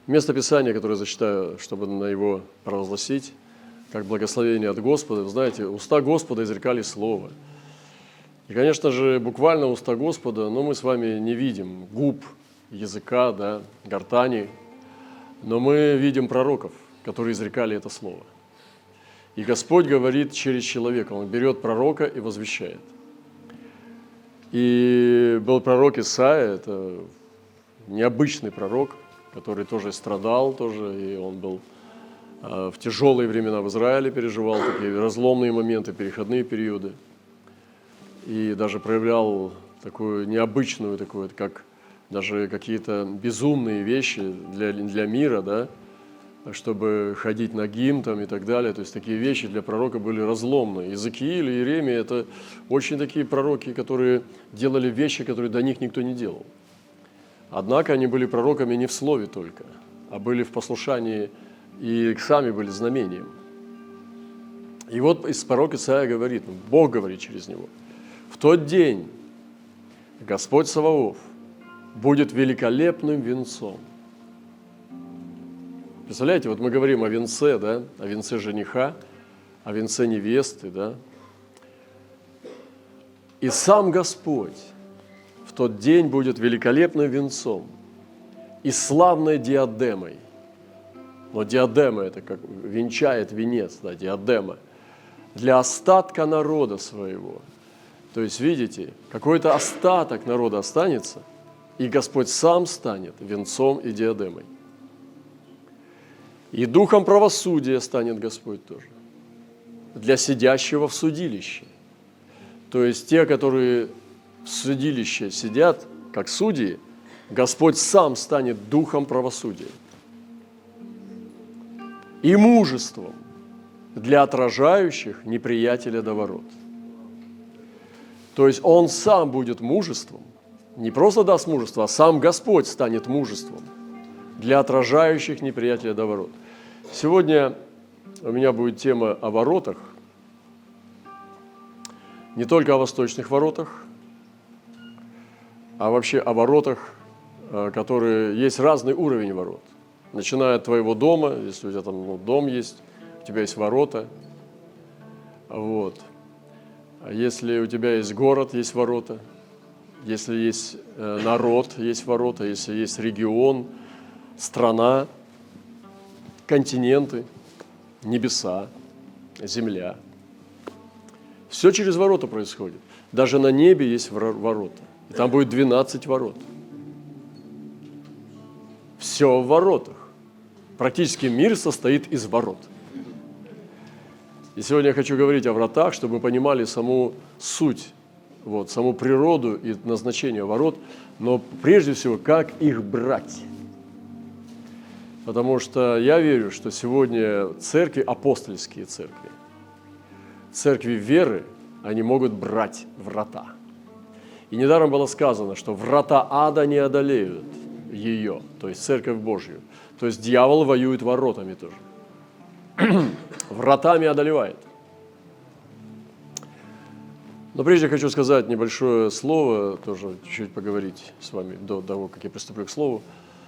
Место Писания, которое зачитаю, чтобы на его провозгласить, как благословение от Господа. Вы знаете, уста Господа изрекали Слово. И, конечно же, буквально уста Господа, но мы с вами не видим губ, языка, да, гортани, но мы видим пророков, которые изрекали это Слово. И Господь говорит через человека, Он берет пророка и возвещает. И был пророк Исаия, это необычный пророк, который тоже страдал, и он был в тяжелые времена в Израиле, переживал такие разломные моменты, переходные периоды. И даже проявлял такую необычную, такую, как даже какие-то безумные вещи для мира, да, чтобы ходить нагим там и так далее. То есть такие вещи для пророка были разломные. Иезекииль и Иеремия – это очень такие пророки, которые делали вещи, которые до них никто не делал. Однако они были пророками не в слове только, а были в послушании и сами были знамением. И вот пророк Исаия говорит, Бог говорит через него: «В тот день Господь Саваоф будет великолепным венцом». Представляете, вот мы говорим о венце, да, о венце жениха, о венце невесты, да. И сам Господь в тот день будет великолепным венцом и славной диадемой. Но диадема – это как венчает венец, да, диадема. Для остатка народа своего. То есть, видите, какой-то остаток народа останется, и Господь сам станет венцом и диадемой. И духом правосудия станет Господь тоже. Для сидящего в судилище. То есть, те, которые в судилище сидят, как судьи, Господь сам станет духом правосудия. И мужеством для отражающих неприятеля до ворот. То есть Он сам будет мужеством, не просто даст мужество, а сам Господь станет мужеством для отражающих неприятеля до ворот. Сегодня у меня будет тема о воротах, не только о восточных воротах, а вообще о воротах, которые есть разный уровень ворот. Начиная от твоего дома, если у тебя там дом есть, у тебя есть ворота. Вот. А если у тебя есть город, есть ворота. Если есть народ, есть ворота. Если есть регион, страна, континенты, небеса, земля. Все через ворота происходит. Даже на небе есть ворота. И там будет 12 ворот. Все в воротах. Практически мир состоит из ворот. И сегодня я хочу говорить о вратах, чтобы мы понимали саму суть, саму природу и назначение ворот, но прежде всего, как их брать. Потому что я верю, что сегодня церкви, апостольские церкви, церкви веры, они могут брать врата. И недаром было сказано, что врата ада не одолеют ее, то есть Церковь Божью. То есть дьявол воюет воротами тоже. Вратами одолевает. Но прежде хочу сказать небольшое слово, тоже чуть-чуть поговорить с вами до того, как я приступлю к слову.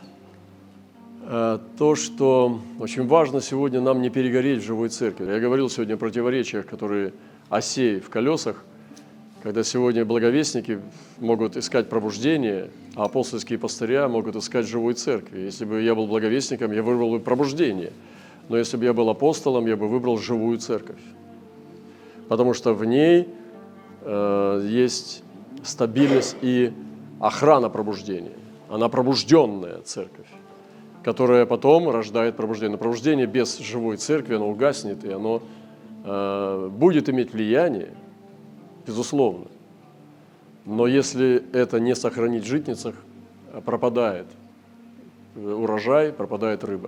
То, что очень важно сегодня нам не перегореть в живой церкви. Я говорил сегодня о противоречиях, которые осей в колесах, когда сегодня благовестники могут искать пробуждение, а апостольские пастыря могут искать живой церкви. Если бы я был благовестником, я выбрал бы пробуждение. Но если бы я был апостолом, я бы выбрал живую церковь. Потому что в ней есть стабильность и охрана пробуждения. Она пробужденная церковь, которая потом рождает пробуждение. Но пробуждение без живой церкви, оно угаснет, и оно будет иметь влияние, безусловно. Но если это не сохранить в житницах, пропадает урожай, пропадает рыба.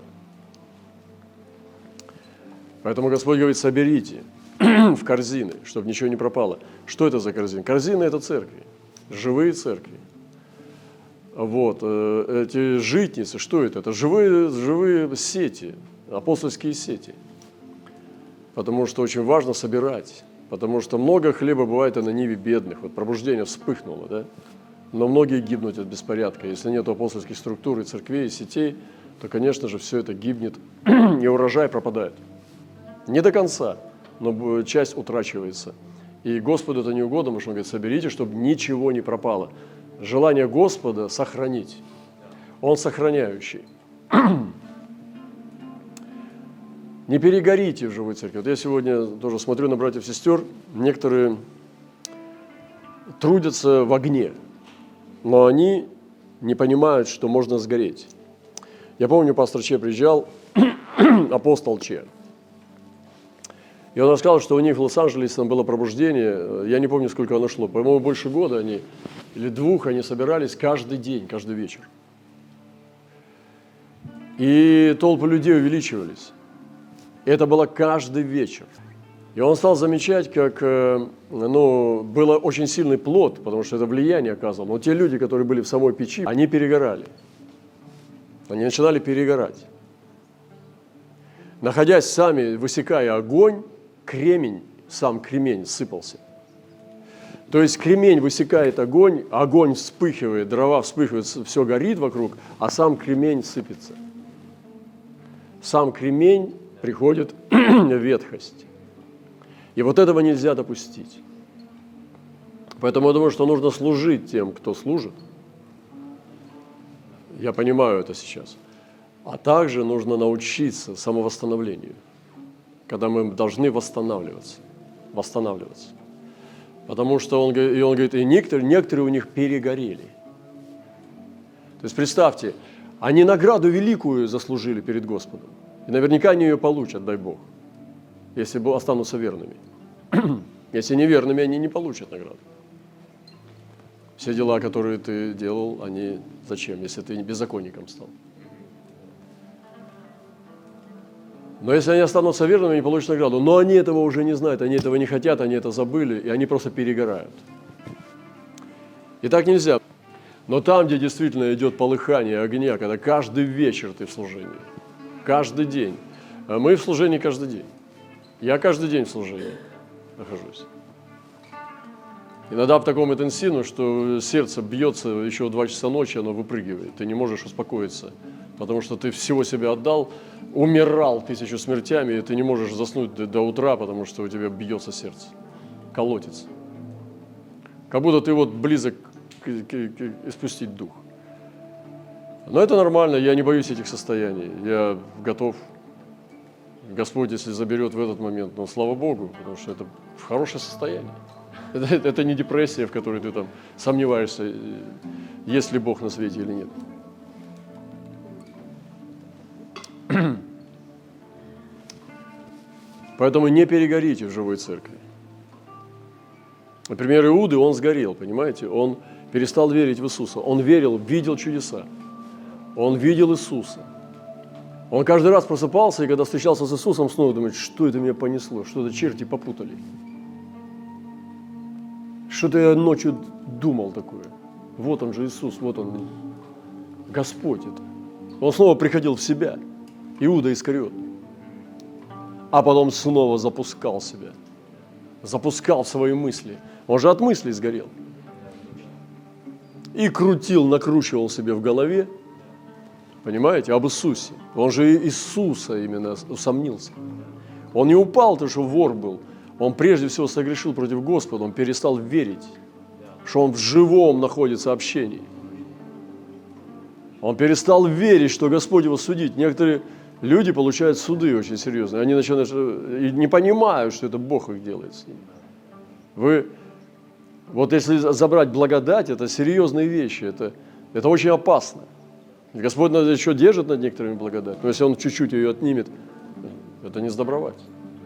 Поэтому Господь говорит: соберите в корзины, чтобы ничего не пропало. Что это за корзины? Корзины – это церкви, живые церкви. Эти житницы, что это? Это живые сети, апостольские сети. Потому что очень важно собирать. Потому что много хлеба бывает и на ниве бедных. Вот пробуждение вспыхнуло, да? Но многие гибнут от беспорядка. Если нет апостольских структур и церквей, и сетей, то, конечно же, все это гибнет, и урожай пропадает. Не до конца, но часть утрачивается. И Господу это не угодно, потому что Он говорит, соберите, чтобы ничего не пропало. Желание Господа сохранить. Он сохраняющий. Не перегорите в живой церкви. Вот я сегодня тоже смотрю на братьев и сестер, некоторые трудятся в огне, но они не понимают, что можно сгореть. Я помню, пастор Че приезжал, апостол Че, и он рассказал, что у них в Лос-Анджелесе там было пробуждение, я не помню, сколько оно шло, по-моему, больше года они, или 2, они собирались каждый день, каждый вечер. И толпы людей увеличивались. И это было каждый вечер. И он стал замечать, как было очень сильный плод, потому что это влияние оказывало. Но те люди, которые были в самой печи, они перегорали. Они начинали перегорать. Находясь сами, высекая огонь, сам кремень сыпался. То есть кремень высекает огонь, огонь вспыхивает, дрова вспыхивают, все горит вокруг, а сам кремень сыпется. Сам кремень приходит в ветхость. И вот этого нельзя допустить. Поэтому я думаю, что нужно служить тем, кто служит. Я понимаю это сейчас. А также нужно научиться самовосстановлению, когда мы должны восстанавливаться. Потому что он говорит, и некоторые у них перегорели. То есть представьте, они награду великую заслужили перед Господом. И наверняка они ее получат, дай Бог, если останутся верными. Если неверными, они не получат награду. Все дела, которые ты делал, они зачем, если ты беззаконником стал? Но если они останутся верными, они получат награду. Но они этого уже не знают, они этого не хотят, они это забыли, и они просто перегорают. И так нельзя. Но там, где действительно идет полыхание огня, когда каждый вечер ты в служении, каждый день. Мы в служении каждый день. Я каждый день в служении нахожусь. Иногда в таком интенсивном, что сердце бьется еще в 2 часа ночи, оно выпрыгивает. Ты не можешь успокоиться, потому что ты всего себя отдал, умирал 1000 смертями, и ты не можешь заснуть до утра, потому что у тебя бьется сердце, колотится. Как будто ты вот близок испустить дух. Но это нормально, я не боюсь этих состояний, я готов. Господь, если заберет в этот момент, но слава Богу, потому что это хорошее состояние. Это не депрессия, в которой ты там сомневаешься, есть ли Бог на свете или нет. Поэтому не перегорите в живой церкви. Например, Иуда, он сгорел, понимаете? Он перестал верить в Иисуса. Он верил, видел чудеса. Он видел Иисуса. Он каждый раз просыпался, и когда встречался с Иисусом, снова думает, что это меня понесло, что это черти попутали. Что-то я ночью думал такое. Вот он же Иисус, вот он, Господь это. Он снова приходил в себя, Иуда Искариот. А потом снова запускал себя, запускал свои мысли. Он же от мыслей сгорел. И крутил, накручивал себе в голове, понимаете, об Иисусе. Он же Иисуса именно усомнился. Он не упал, потому что вор был. Он прежде всего согрешил против Господа. Он перестал верить, что он в живом находится общении. Он перестал верить, что Господь его судит. Некоторые люди получают суды очень серьезные. Они начинают и не понимают, что это Бог их делает с ними. Вот если забрать благодать, это серьезные вещи. Это очень опасно. Господь еще держит над некоторыми благодать, но если Он чуть-чуть ее отнимет, это не сдобровать.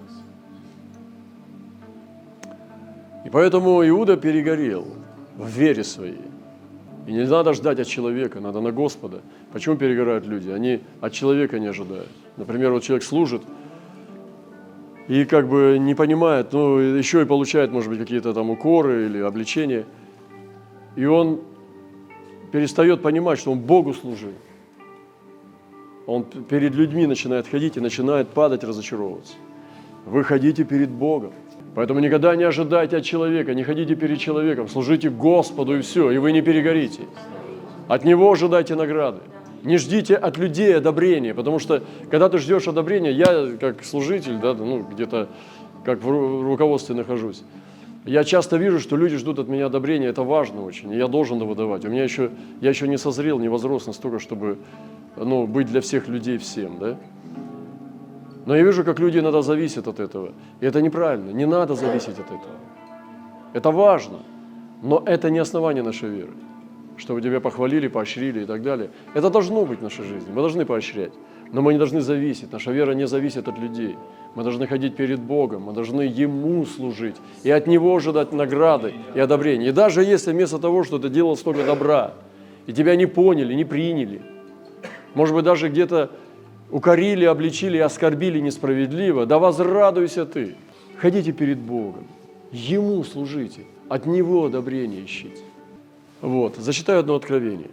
И поэтому Иуда перегорел в вере своей. И не надо ждать от человека, надо на Господа. Почему перегорают люди? Они от человека не ожидают. Например, вот человек служит и как бы не понимает, еще и получает, может быть, какие-то там укоры или обличения. И он перестает понимать, что он Богу служит. Он перед людьми начинает ходить и начинает падать, разочаровываться. Вы ходите перед Богом. Поэтому никогда не ожидайте от человека, не ходите перед человеком, служите Господу и все, и вы не перегорите. От Него ожидайте награды. Не ждите от людей одобрения, потому что, когда ты ждешь одобрения, я как служитель, да, ну, где-то как в руководстве нахожусь, я часто вижу, что люди ждут от меня одобрения, это важно очень, и я должен его давать. Я еще не созрел, не возрос настолько, чтобы быть для всех людей всем, да? Но я вижу, как люди иногда зависят от этого, и это неправильно, не надо зависеть от этого. Это важно, но это не основание нашей веры, чтобы тебя похвалили, поощрили и так далее. Это должно быть в нашей жизни, мы должны поощрять, но мы не должны зависеть, наша вера не зависит от людей. Мы должны ходить перед Богом, мы должны Ему служить и от Него ожидать награды и одобрения. И даже если вместо того, что ты делал столько добра, и тебя не поняли, не приняли, может быть, даже где-то укорили, обличили и оскорбили несправедливо, да возрадуйся ты. Ходите перед Богом, Ему служите, от Него одобрение ищите. Вот, зачитаю одно откровение.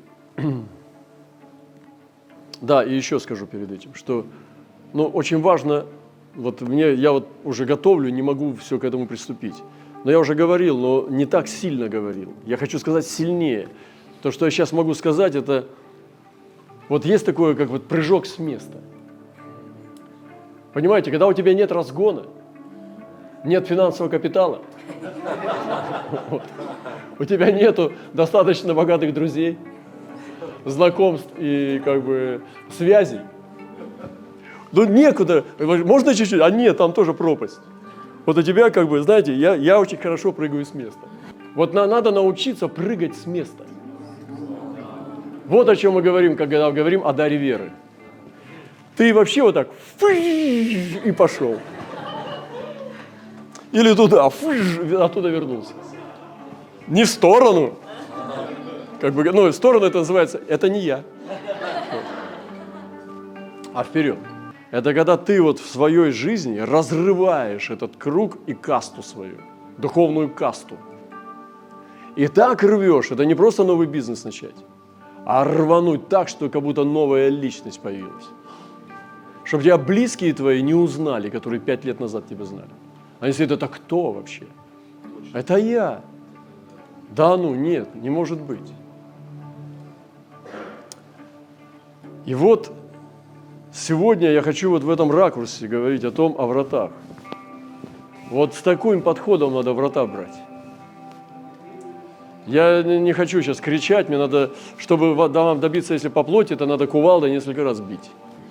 Да, и еще скажу перед этим, что очень важно, я уже готовлю, не могу все к этому приступить. Но я уже говорил, но не так сильно говорил. Я хочу сказать сильнее. То, что я сейчас могу сказать, это есть такое, как прыжок с места. Понимаете, когда у тебя нет разгона, нет финансового капитала, у тебя нету достаточно богатых друзей, знакомств и связей. Некуда, можно чуть-чуть, а нет, там тоже пропасть. У тебя знаете, я очень хорошо прыгаю с места. Надо научиться прыгать с места. Вот о чем мы говорим, когда говорим о даре веры. Ты вообще так и пошел. Или туда, оттуда вернулся. Не в сторону. В сторону это называется, это не я. А вперед. Это когда ты в своей жизни разрываешь этот круг и касту свою, духовную касту. И так рвешь, это не просто новый бизнес начать, а рвануть так, что как будто новая личность появилась. Чтобы тебя близкие твои не узнали, которые 5 лет назад тебя знали. Они говорят, это кто вообще? Это я. Да нет, не может быть. И сегодня я хочу в этом ракурсе говорить о вратах. С таким подходом надо врата брать. Я не хочу сейчас кричать, мне надо, чтобы вам добиться, если по плоти, то надо кувалдой несколько раз бить.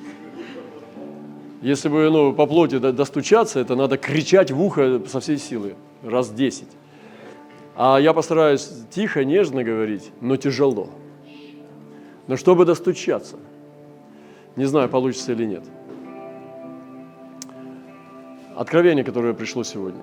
Если бы по плоти достучаться, это надо кричать в ухо со всей силы, раз 10. А я постараюсь тихо, нежно говорить, но тяжело. Но чтобы достучаться, не знаю, получится или нет. Откровение, которое пришло сегодня.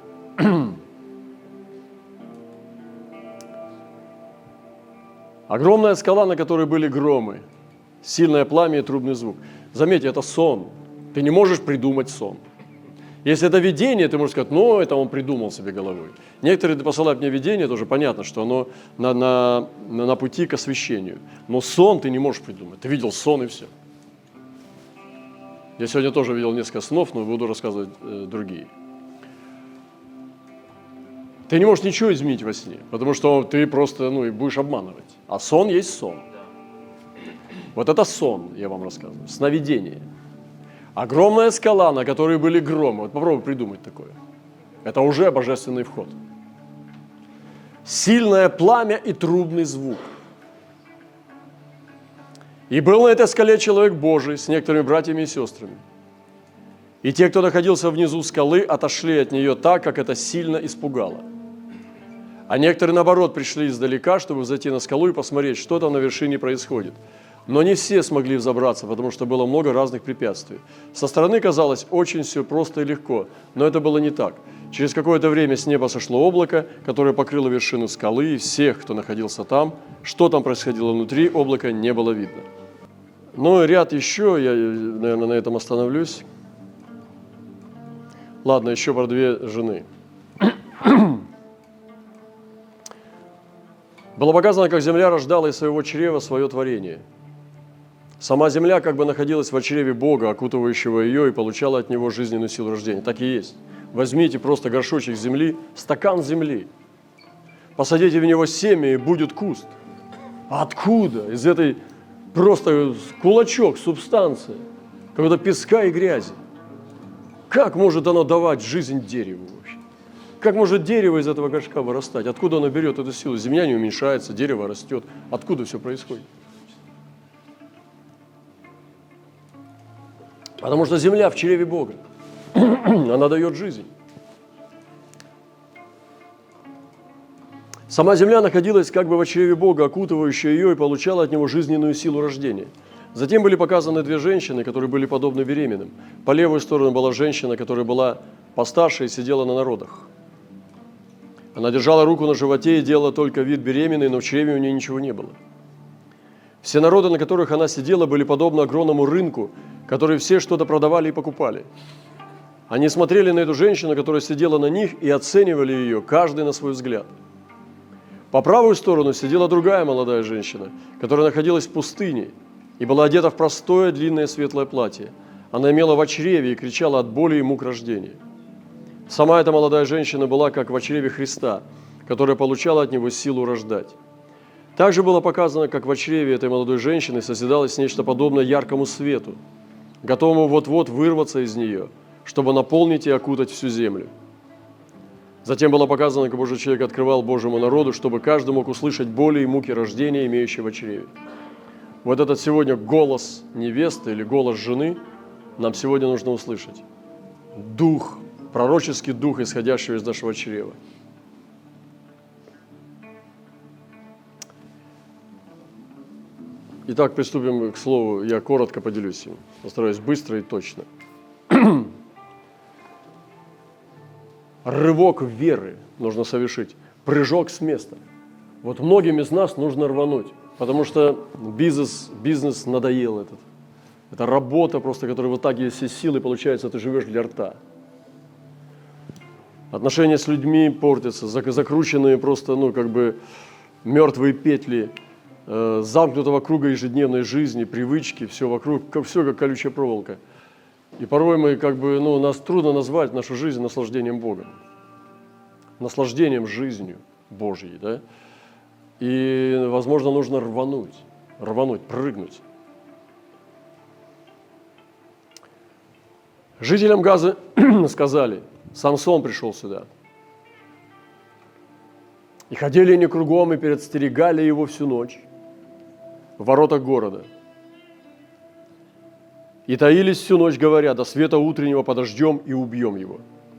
Огромная скала, на которой были громы, сильное пламя и трубный звук. Заметьте, это сон. Ты не можешь придумать сон. Если это видение, ты можешь сказать, это он придумал себе головой. Некоторые посылают мне видение, тоже понятно, что оно на пути к освящению. Но сон ты не можешь придумать. Ты видел сон и все. Я сегодня тоже видел несколько снов, но буду рассказывать другие. Ты не можешь ничего изменить во сне, потому что ты просто и будешь обманывать. А сон есть сон. Это сон, я вам рассказываю, сновидение. Огромная скала, на которой были громы. Попробуй придумать такое. Это уже божественный вход. Сильное пламя и трубный звук. И был на этой скале человек Божий с некоторыми братьями и сестрами. И те, кто находился внизу скалы, отошли от нее так, как это сильно испугало. А некоторые, наоборот, пришли издалека, чтобы зайти на скалу и посмотреть, что там на вершине происходит. Но не все смогли взобраться, потому что было много разных препятствий. Со стороны казалось очень все просто и легко, но это было не так. Через какое-то время с неба сошло облако, которое покрыло вершину скалы, и всех, кто находился там, что там происходило внутри, облака не было видно. Ну и ряд еще, я, наверное, на этом остановлюсь. Ладно, еще про 2 жены. Было показано, как земля рождала из своего чрева свое творение. Сама земля как бы находилась в чреве Бога, окутывающего ее, и получала от него жизненную силу рождения. Так и есть. Возьмите просто горшочек земли, стакан земли, посадите в него семя, и будет куст. А откуда? Из этой Просто кулачок, субстанция, какого-то песка и грязи. Как может оно давать жизнь дереву вообще? Как может дерево из этого горшка вырастать? Откуда оно берет эту силу? Земля не уменьшается, дерево растет. Откуда все происходит? Потому что земля в чреве Бога. Она дает жизнь. Сама земля находилась как бы в чреве Бога, окутывающая ее, и получала от него жизненную силу рождения. Затем были показаны две женщины, которые были подобны беременным. По левую сторону была женщина, которая была постарше и сидела на народах. Она держала руку на животе и делала только вид беременной, но в чреве у нее ничего не было. Все народы, на которых она сидела, были подобны огромному рынку, которые все что-то продавали и покупали. Они смотрели на эту женщину, которая сидела на них, и оценивали ее, каждый на свой взгляд. По правую сторону сидела другая молодая женщина, которая находилась в пустыне и была одета в простое длинное светлое платье. Она имела в чреве и кричала от боли и мук рождения. Сама эта молодая женщина была как в чреве Христа, которая получала от него силу рождать. Также было показано, как в чреве этой молодой женщины созидалось нечто подобное яркому свету, готовому вот-вот вырваться из нее, чтобы наполнить и окутать всю землю. Затем было показано, как Божий человек открывал Божьему народу, чтобы каждый мог услышать боли и муки рождения, имеющего чреве. Вот этот сегодня голос невесты или голос жены нам сегодня нужно услышать. Дух, пророческий дух, исходящий из нашего чрева. Итак, приступим к слову. Я коротко поделюсь им. Постараюсь быстро и точно. Рывок веры нужно совершить. Прыжок с места. Вот многим из нас нужно рвануть, потому что бизнес надоел этот. Это работа просто, которая вот так есть все силы, получается, ты живешь для рта. Отношения с людьми портятся, закрученные просто, мертвые петли замкнутого круга ежедневной жизни, привычки, все вокруг, все как колючая проволока. И порой нас трудно назвать нашу жизнь наслаждением Богом, наслаждением жизнью Божьей, да? И, возможно, нужно рвануть, прыгнуть. Жителям Газы сказали, Самсон пришел сюда. И ходили они кругом и предостерегали его всю ночь в воротах города. И таились всю ночь, говоря, до света утреннего подождем и убьем его.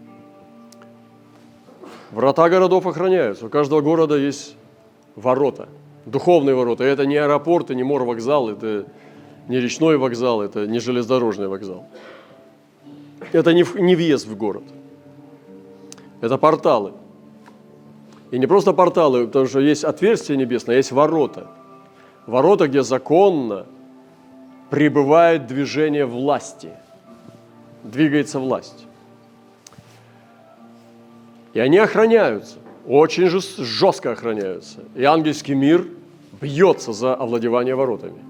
Врата городов охраняются. У каждого города есть ворота, духовные ворота. И это не аэропорт, и не морвокзал, это не речной вокзал, это не железнодорожный вокзал. Это не въезд в город. Это порталы. И не просто порталы, потому что есть отверстие небесное, а есть ворота. Ворота, где законно пребывает движение власти, двигается власть. И они охраняются, очень жестко охраняются. И ангельский мир бьется за овладевание воротами.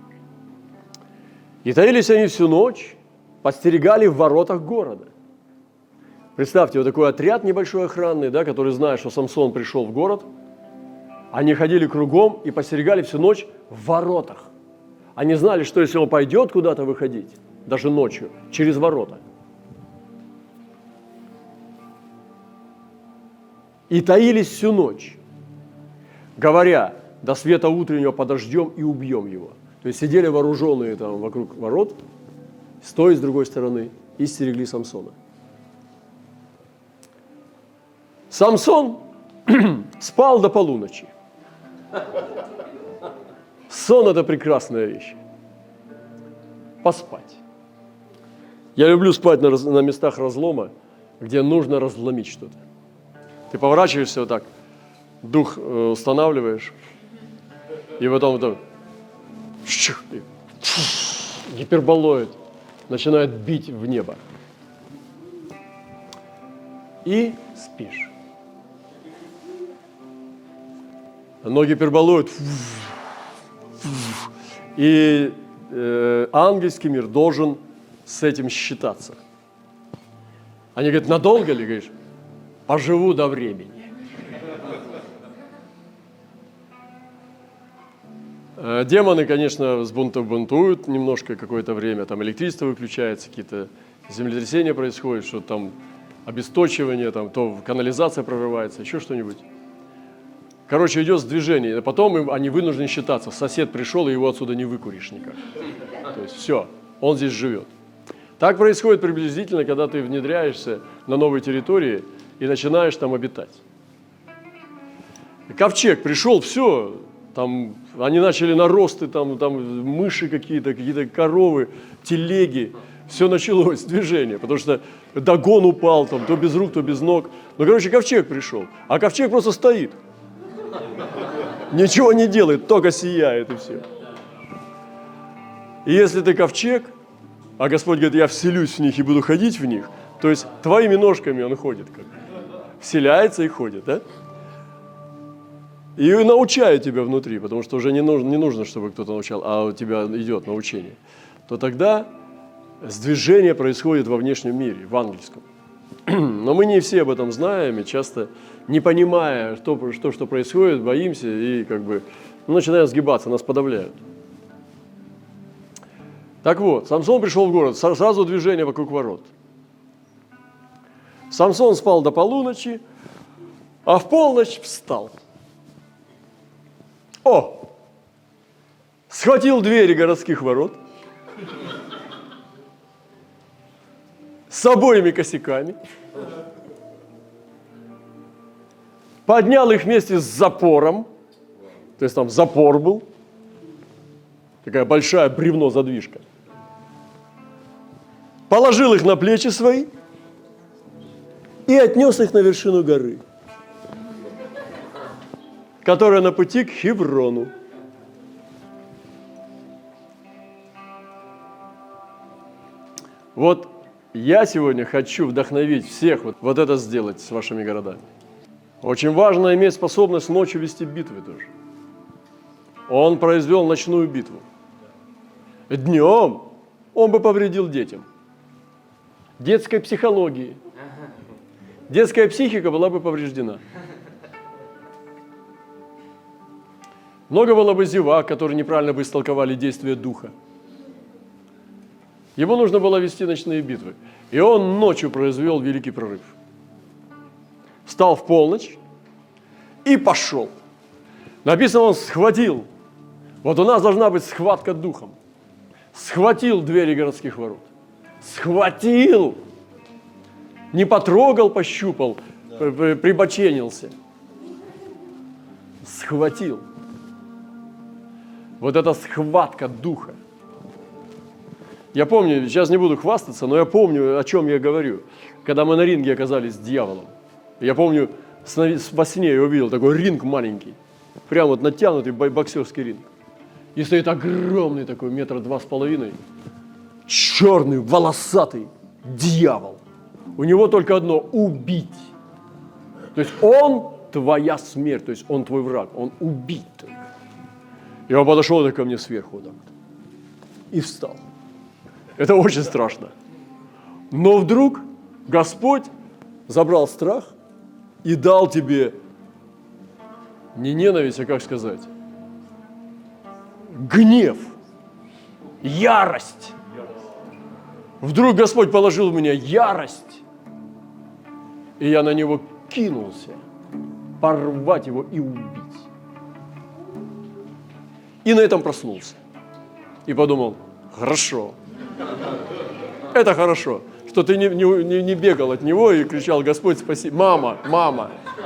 И таились они всю ночь, подстерегали в воротах города. Представьте, вот такой отряд небольшой охранный, да, который знает, что Самсон пришел в город. Они ходили кругом и подстерегали всю ночь в воротах. Они знали, что если он пойдет куда-то выходить, даже ночью, через ворота. И таились всю ночь, говоря, до света утреннего подождем и убьем его. То есть сидели вооруженные там вокруг ворот, с той и с другой стороны, и стерегли Самсона. Самсон спал до полуночи. Сон – это прекрасная вещь. Поспать. Я люблю спать на местах разлома, где нужно разломить что-то. Ты поворачиваешься вот так, дух устанавливаешь, и потом гиперболоид начинает бить в небо. И спишь. Но гиперболоид. И ангельский мир должен с этим считаться. Они говорят, надолго ли? Говоришь, поживу до времени. Демоны, конечно, бунтуют немножко какое-то время, там электричество выключается, какие-то землетрясения происходят, что там обесточивание, там, то канализация прорывается, еще что-нибудь. Короче, идет движение, а потом они вынуждены считаться. Сосед пришел, и его отсюда не выкуришь никак. То есть все, он здесь живет. Так происходит приблизительно, когда ты внедряешься на новой территории и начинаешь там обитать. Ковчег пришел, все, там они начали наросты, там мыши какие-то коровы, телеги. Все началось, движение, потому что Дагон упал, там, то без рук, то без ног. Ну, короче, ковчег пришел, а ковчег просто стоит. Ничего не делает, только сияет и все. И если ты ковчег, а Господь говорит, я вселюсь в них и буду ходить в них, то есть твоими ножками он ходит, как вселяется и ходит, да? И научает тебя внутри, потому что уже не нужно, чтобы кто-то научал, а у тебя идет научение, то тогда сдвижение происходит во внешнем мире, в ангельском. Но мы не все об этом знаем, и часто, не понимая, что происходит, боимся и начинаем сгибаться, нас подавляют. Так вот, Самсон пришел в город, сразу движение вокруг ворот. Самсон спал до полуночи, а в полночь встал. Схватил двери городских ворот с обоими косяками, поднял их вместе с запором, то есть там запор был, такая большая бревно-задвижка, положил их на плечи свои и отнес их на вершину горы, которая на пути к Хеврону. Вот я сегодня хочу вдохновить всех вот это сделать с вашими городами. Очень важно иметь способность ночью вести битвы тоже. Он произвел ночную битву. Днем он бы повредил детям. Детской психологии. Детская психика была бы повреждена. Много было бы зевак, которые неправильно бы истолковали действия духа. Ему нужно было вести ночные битвы. И он ночью произвел великий прорыв. Встал в полночь и пошел. Написано, он схватил. Вот у нас должна быть схватка духом. Схватил двери городских ворот. Схватил. Не потрогал, пощупал, прибоченился. Схватил. Вот эта схватка духа. Я помню, сейчас не буду хвастаться, но я помню, о чем я говорю. Когда мы на ринге оказались с дьяволом. Я помню, во сне я увидел такой ринг маленький. Прям вот натянутый боксерский ринг. И стоит огромный такой, 2,5 метра, черный, волосатый дьявол. У него только одно – убить. То есть он твоя смерть, то есть он твой враг, он убить только. И он подошел ко мне сверху вот так вот и встал. Это очень страшно. Но вдруг Господь забрал страх и дал тебе не ненависть, а как сказать, гнев, ярость. Вдруг Господь положил в меня ярость, и я на него кинулся, порвать его и убить. И на этом проснулся. И подумал, хорошо. Это хорошо, что ты не бегал от него и кричал, Господь, спаси. Мама, мама.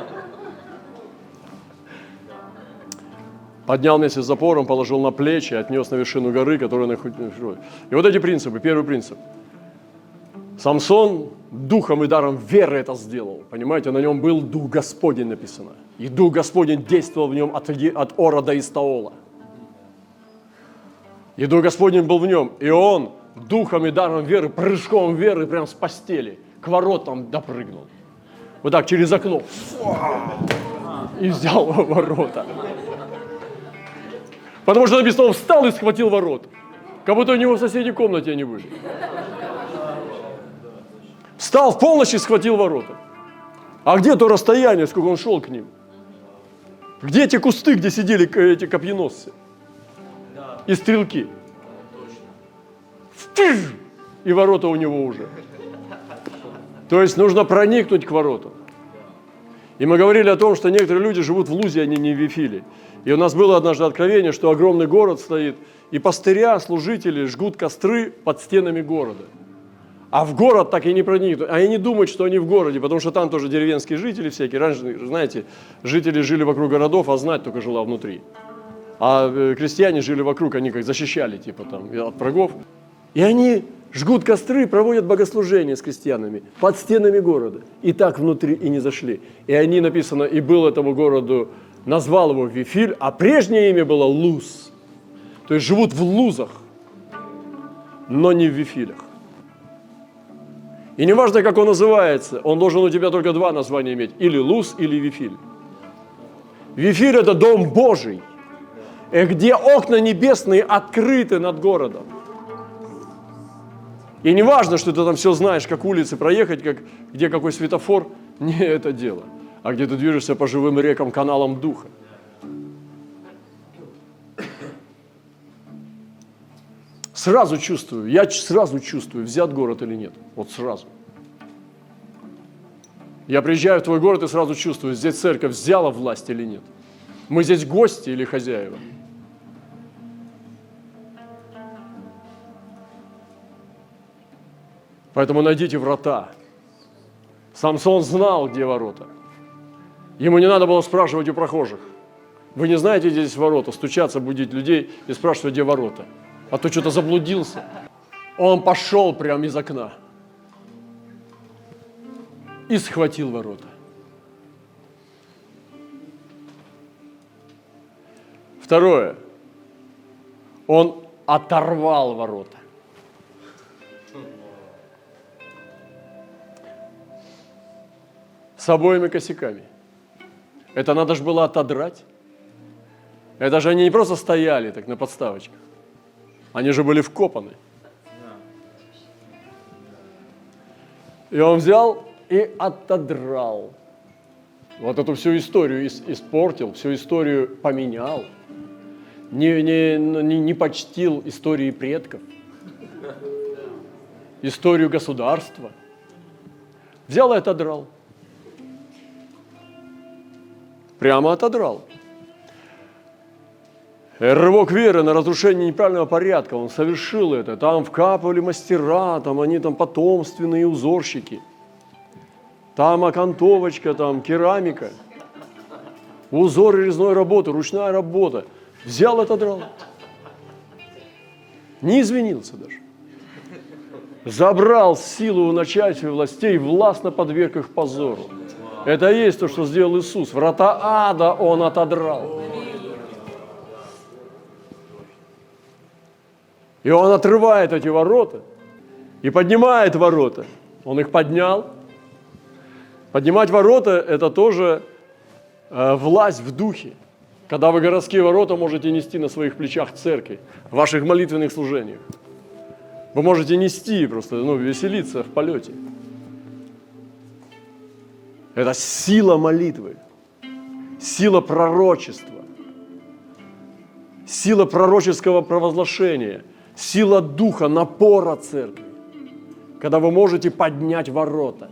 Поднял вместе с запором, положил на плечи, отнес на вершину горы, которая находится. И вот эти принципы. Первый принцип. Самсон духом и даром веры это сделал. Понимаете, на нем был Дух Господень написано. И Дух Господень действовал в нем от Ора до Истаола. И Дух Господень был в нем. И он духом и даром веры, прыжком веры прям с постели к воротам допрыгнул. Вот так через окно. И взял ворота. Потому что написано, он встал и схватил ворот. Как будто у него в соседней комнате они были. Встал в полночь и схватил ворота. А где то расстояние, сколько он шел к ним? Где те кусты, где сидели эти копьеносцы? и стрелки. И ворота у него уже. То есть нужно проникнуть к воротам. И мы говорили о том, что некоторые люди живут в Лузе, они не в Вифиле. И у нас было однажды откровение, что огромный город стоит, и пастыря, служители жгут костры под стенами города. А в город так и не проникнут. А они думают, что они в городе, потому что там тоже деревенские жители всякие. Раньше, знаете, жители жили вокруг городов, а знать только жила внутри. А крестьяне жили вокруг, они как защищали типа там от врагов. И они жгут костры, проводят богослужения с крестьянами под стенами города. И так внутри и не зашли. И они, написано, и был этому городу, назвал его Вифиль, а прежнее имя было Луз. То есть живут в Лузах, но не в Вифилях. И не важно, как он называется, он должен у тебя только два названия иметь. Или Луз, или Вифиль. Вифиль – это дом Божий, где окна небесные открыты над городом. И не важно, что ты там все знаешь, как улицы проехать, где какой светофор. Не это дело. А где ты движешься по живым рекам, каналам Духа. Сразу чувствую, я сразу чувствую, взят город или нет. Вот сразу. Я приезжаю в твой город и сразу чувствую, здесь церковь взяла власть или нет. Мы здесь гости или хозяева. Поэтому найдите врата. Самсон знал, где ворота. Ему не надо было спрашивать у прохожих. Вы не знаете, где здесь ворота? Стучаться, будить людей и спрашивать, где ворота. А то что-то заблудился. Он пошел прямо из окна и схватил ворота. Второе. Он оторвал ворота. С обоими косяками. Это надо же было отодрать. Это же они не просто стояли так на подставочках. Они же были вкопаны. И он взял и отодрал. Вот эту всю историю испортил, всю историю поменял. Не почтил истории предков. Историю государства. Взял и отодрал. Прямо отодрал. Рывок веры на разрушение неправильного порядка, он совершил это. Там вкапывали мастера, там они там потомственные узорщики. Там окантовочка, там керамика. Узоры резной работы, ручная работа. Взял, отодрал. Не извинился даже. Забрал силу у начальства властей, властно подверг их позору. Это и есть то, что сделал Иисус. Врата ада он отодрал. И он отрывает эти ворота и поднимает ворота. Он их поднял. Поднимать ворота – это тоже власть в духе. Когда вы городские ворота можете нести на своих плечах церкви, в ваших молитвенных служениях. Вы можете нести, просто веселиться в полете. Это сила молитвы, сила пророчества, сила пророческого провозглашения, сила духа, напора церкви, когда вы можете поднять ворота.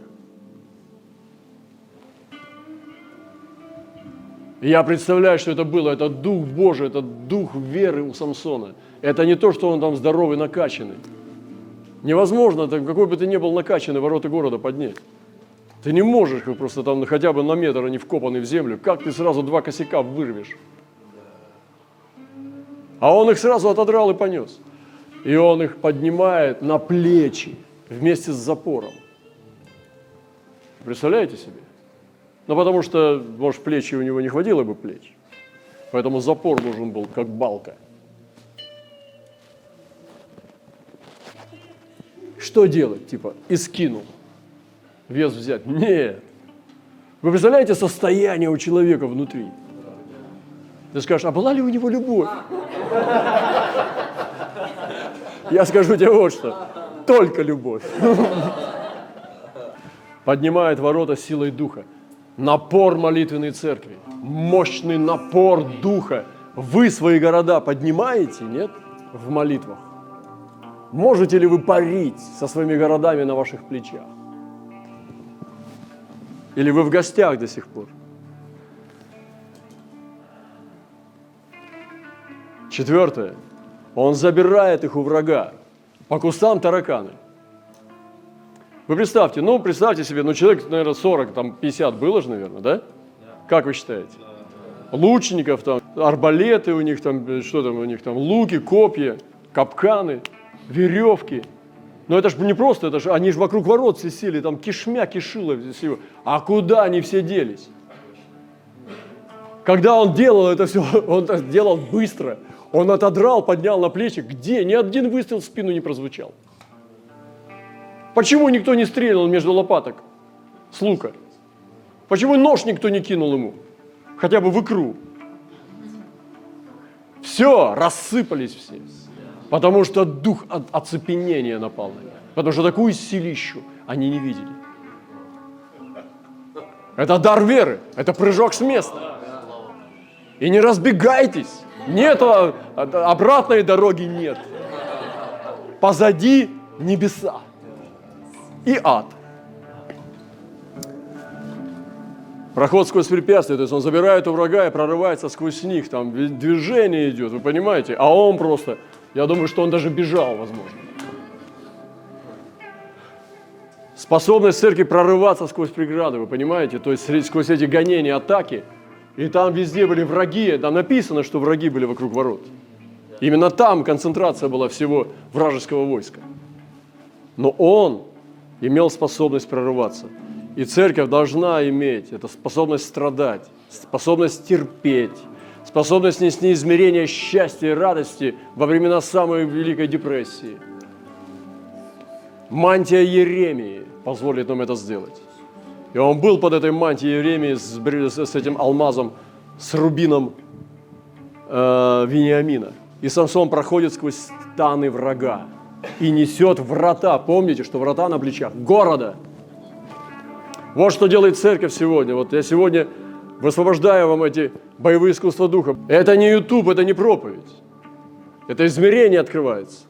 И я представляю, что это было, это Дух Божий, это Дух веры у Самсона. Это не то, что он там здоровый, накачанный. Невозможно, какой бы ты ни был накачанный, ворота города поднять. Ты не можешь их просто там хотя бы на метр, они вкопаны в землю. Как ты сразу два косяка вырвешь? А он их сразу отодрал и понес. И он их поднимает на плечи вместе с запором. Представляете себе? Ну, потому что, может, плечи у него не хватило бы плеч. Поэтому запор нужен был, как балка. Что делать? Типа, и скинул. Вес взять? Нет. Вы представляете состояние у человека внутри? Ты скажешь, а была ли у него любовь? Я скажу тебе вот что. Только любовь. Поднимает ворота силой Духа. Напор молитвенной церкви. Мощный напор Духа. Вы свои города поднимаете, нет? в молитвах? Можете ли вы парить со своими городами на ваших плечах? Или вы в гостях до сих пор? 4. Он забирает их у врага. По кустам тараканы. Вы представьте, представьте себе, человек, наверное, 40, там 50 было же, наверное, да? Как вы считаете? Лучников, там, арбалеты у них, там, что там у них, там, луки, копья, капканы, веревки. Но это же не просто, они же вокруг ворот все сели, там кишмя кишило всего. А куда они все делись? Когда он делал это все, он это делал быстро. Он отодрал, поднял на плечи. Где? Ни один выстрел в спину не прозвучал. Почему никто не стрельнул между лопаток с лука? Почему нож никто не кинул ему? Хотя бы в икру. Все, рассыпались все. Потому что дух оцепенения напал на них. Потому что такую силищу они не видели. Это дар веры, это прыжок с места. И не разбегайтесь. Нет, обратной дороги нет. Позади небеса и ад. Проход сквозь препятствия, то есть он забирает у врага и прорывается сквозь них, там движение идет, вы понимаете? А он просто, я думаю, что он даже бежал, возможно. Способность церкви прорываться сквозь преграды, вы понимаете? То есть сквозь эти гонения, атаки. И там везде были враги, там написано, что враги были вокруг ворот. Именно там концентрация была всего вражеского войска. Но он имел способность прорываться. И церковь должна иметь эту способность страдать, способность терпеть, способность нести измерение счастья и радости во времена самой Великой депрессии. Мантия Иеремии позволит нам это сделать. И он был под этой мантией Иеремии с этим алмазом, с рубином Вениамина. И Самсон проходит сквозь станы врага и несет врата. Помните, что врата на плечах города. Вот что делает церковь сегодня. Вот я сегодня высвобождаю вам эти боевые искусства духа. Это не YouTube, это не проповедь. Это измерение открывается.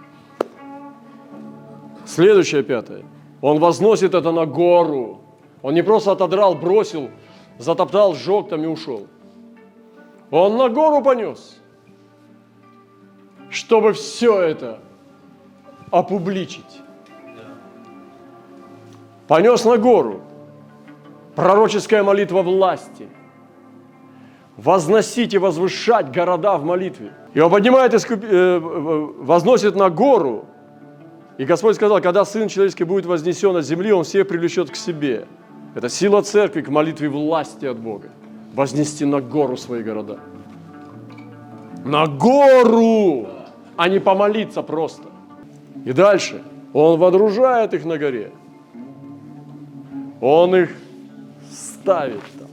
Следующее, 5. Он возносит это на гору. Он не просто отодрал, бросил, затоптал, сжег там и ушел. Он на гору понес, чтобы все это опубличить. Понес на гору. Пророческая молитва власти. Возносить и возвышать города в молитве. И он поднимает, возносит на гору. И Господь сказал, когда Сын Человеческий будет вознесен от земли, Он всех привлечет к себе. Это сила церкви к молитве власти от Бога. Вознести на гору свои города. На гору, а не помолиться просто. И дальше. Он водружает их на горе. Он их ставит там.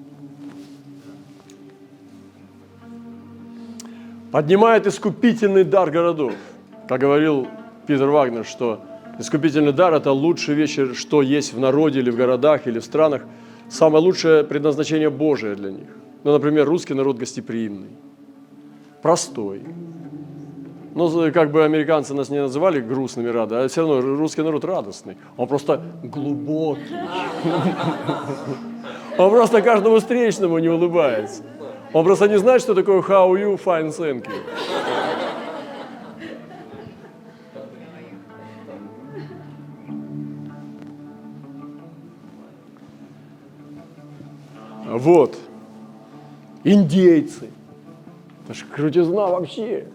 Поднимает искупительный дар городов. Как говорил Питер Вагнер, что искупительный дар – это лучшая вещь, что есть в народе или в городах, или в странах. Самое лучшее предназначение Божие для них. Например, русский народ гостеприимный, простой. Как бы американцы нас не называли грустными, а все равно русский народ радостный. Он просто глубокий. Он просто каждому встречному не улыбается. Он просто не знает, что такое how you, fine, thank you. Вот. Индейцы. Это ж крутизна вообще.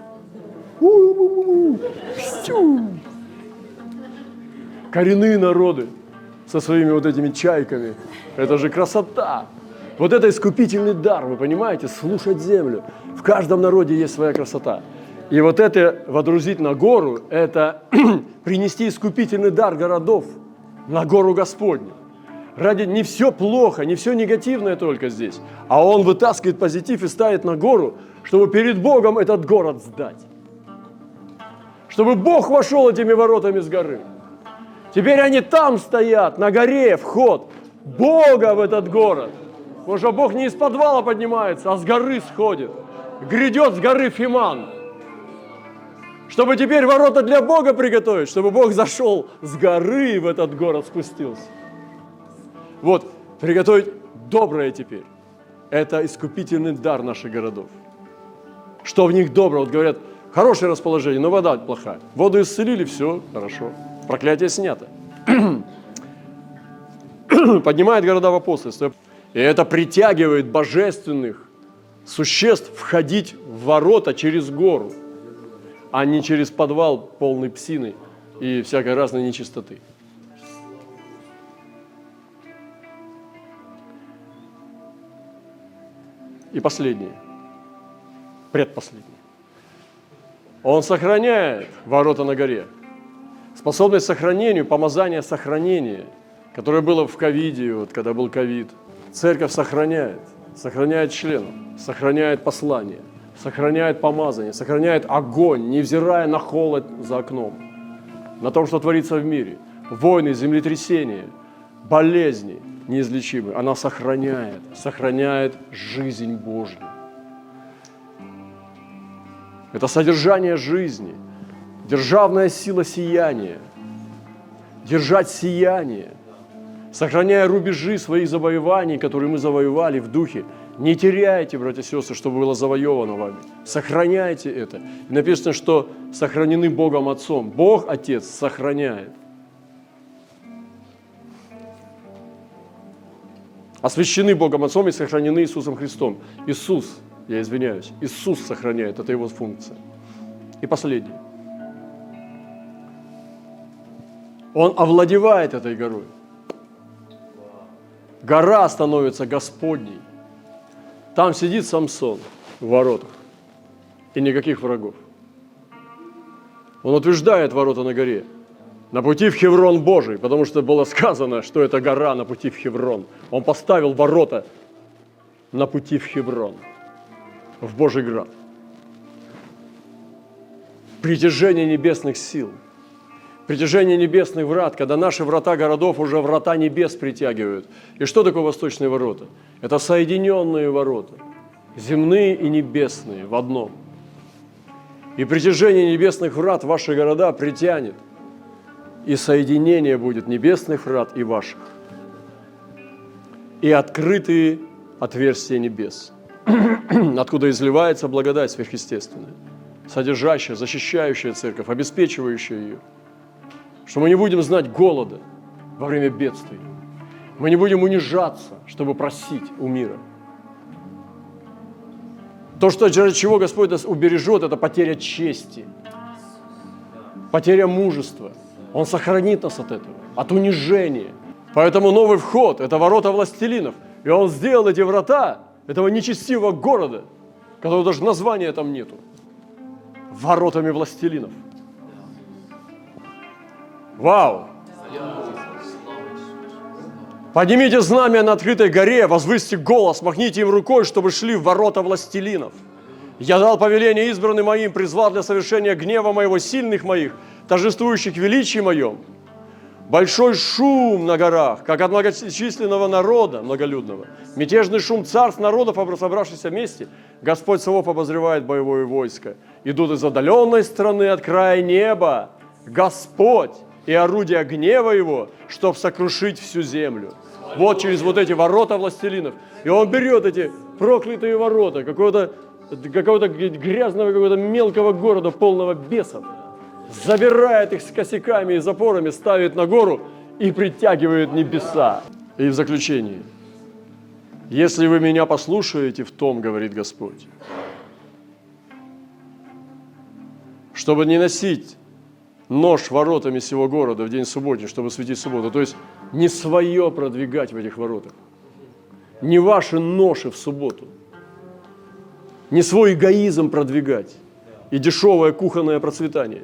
Коренные народы со своими вот этими чайками. Это же красота. Вот это искупительный дар, вы понимаете? Слушать землю. В каждом народе есть своя красота. И вот это водрузить на гору, это принести искупительный дар городов на гору Господню. Не все плохо, не все негативное только здесь. А он вытаскивает позитив и ставит на гору, чтобы перед Богом этот город сдать. Чтобы Бог вошел этими воротами с горы. Теперь они там стоят, на горе, вход Бога в этот город. Потому что Бог не из подвала поднимается, а с горы сходит. Грядет с горы Фиман. Чтобы теперь ворота для Бога приготовить, чтобы Бог зашел с горы и в этот город спустился. Вот, приготовить доброе теперь. Это искупительный дар наших городов. Что в них доброго? Вот говорят, хорошее расположение, но вода плохая. Воду исцелили, все, хорошо. Проклятие снято. Поднимает города в апостольство. И это притягивает божественных существ входить в ворота через гору, а не через подвал, полный псины и всякой разной нечистоты. И последнее, предпоследнее. Он сохраняет ворота на горе. Способность к сохранению, помазание сохранения, которое было в ковиде, вот когда был ковид. Церковь сохраняет членов, сохраняет послание, сохраняет помазание, сохраняет огонь, невзирая на холод за окном, на том, что творится в мире. Войны, землетрясения, болезни неизлечимые. Она сохраняет жизнь Божью. Это содержание жизни, державная сила сияния, держать сияние, сохраняя рубежи своих завоеваний, которые мы завоевали в духе. Не теряйте, братья и сестры, чтобы было завоевано вами. Сохраняйте это. И написано, что сохранены Богом Отцом. Бог, Отец, сохраняет. Освящены Богом Отцом и сохранены Иисусом Христом. Иисус сохраняет, это его функция. И последнее. Он овладевает этой горой. Гора становится Господней. Там сидит Самсон в воротах. И никаких врагов. Он утверждает ворота на горе. На пути в Хеврон Божий, потому что было сказано, что это гора на пути в Хеврон. Он поставил ворота на пути в Хеврон, в Божий град. Притяжение небесных сил, притяжение небесных врат, когда наши врата городов уже врата небес притягивают. И что такое восточные ворота? Это соединенные ворота, земные и небесные в одном. И притяжение небесных врат в ваши города притянет. И соединение будет небесных врат и ваших. И открытые отверстия небес, откуда изливается благодать сверхъестественная, содержащая, защищающая церковь, обеспечивающая ее. Что мы не будем знать голода во время бедствий. Мы не будем унижаться, чтобы просить у мира. То, что, ради чего Господь нас убережет, это потеря чести, потеря мужества. Он сохранит нас от этого, от унижения. Поэтому новый вход – это ворота властелинов. И Он сделал эти врата этого нечестивого города, которого даже названия там нету, воротами властелинов. Вау! Поднимите знамя на открытой горе, возвысьте голос, махните им рукой, чтобы шли в ворота властелинов. Я дал повеление избранным моим, призвал для совершения гнева моего сильных моих, торжествующих величие моем. Большой шум на горах, как от многочисленного народа, многолюдного. Мятежный шум царств народов, собравшихся вместе. Господь Саваоф обозревает боевое войско. Идут из отдаленной страны от края неба. Господь и орудия гнева Его, чтоб сокрушить всю землю. Вот через вот эти ворота властелинов. И Он берет эти проклятые ворота какого-то грязного, какого-то мелкого города, полного бесов, забирает их с косяками и запорами, ставит на гору и притягивает небеса. И в заключение. Если вы меня послушаете в том, говорит Господь, чтобы не носить нож воротами сего города в день субботний, чтобы светить субботу, то есть не свое продвигать в этих воротах, не ваши ноши в субботу, не свой эгоизм продвигать и дешевое кухонное процветание,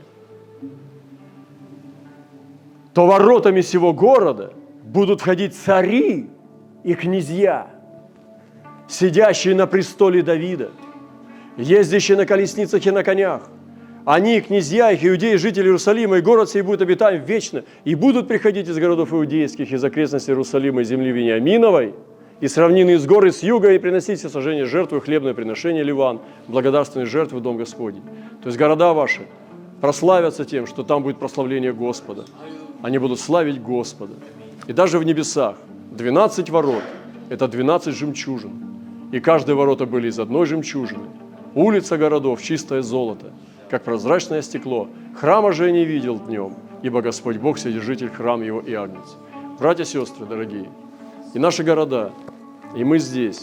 то воротами сего города будут входить цари и князья, сидящие на престоле Давида, ездящие на колесницах и на конях. Они, князья их, иудеи, жители Иерусалима, и город сей будет обитаем вечно, и будут приходить из городов иудейских, из окрестностей Иерусалима и земли Вениаминовой, и с равнины из горы с юга, и приносить все сожжение жертву, хлебное приношение Ливан, благодарственные жертвы в дом Господень. То есть города ваши прославятся тем, что там будет прославление Господа. Они будут славить Господа. И даже в небесах 12 ворот – это 12 жемчужин. И каждые ворота были из одной жемчужины. Улица городов – чистое золото, как прозрачное стекло. Храма же я не видел днем, ибо Господь Бог, Вседержитель, храм его и Агнец. Братья и сестры, дорогие, и наши города, и мы здесь,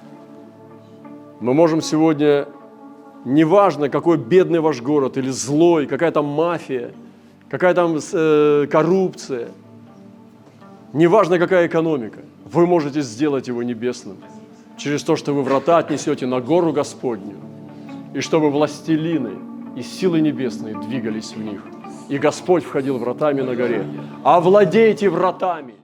мы можем сегодня, неважно, какой бедный ваш город, или злой, какая там мафия, какая там коррупция, неважно, какая экономика, вы можете сделать его небесным через то, что вы врата отнесете на гору Господню, и чтобы властелины и силы небесные двигались в них. И Господь входил вратами на горе. Овладейте вратами!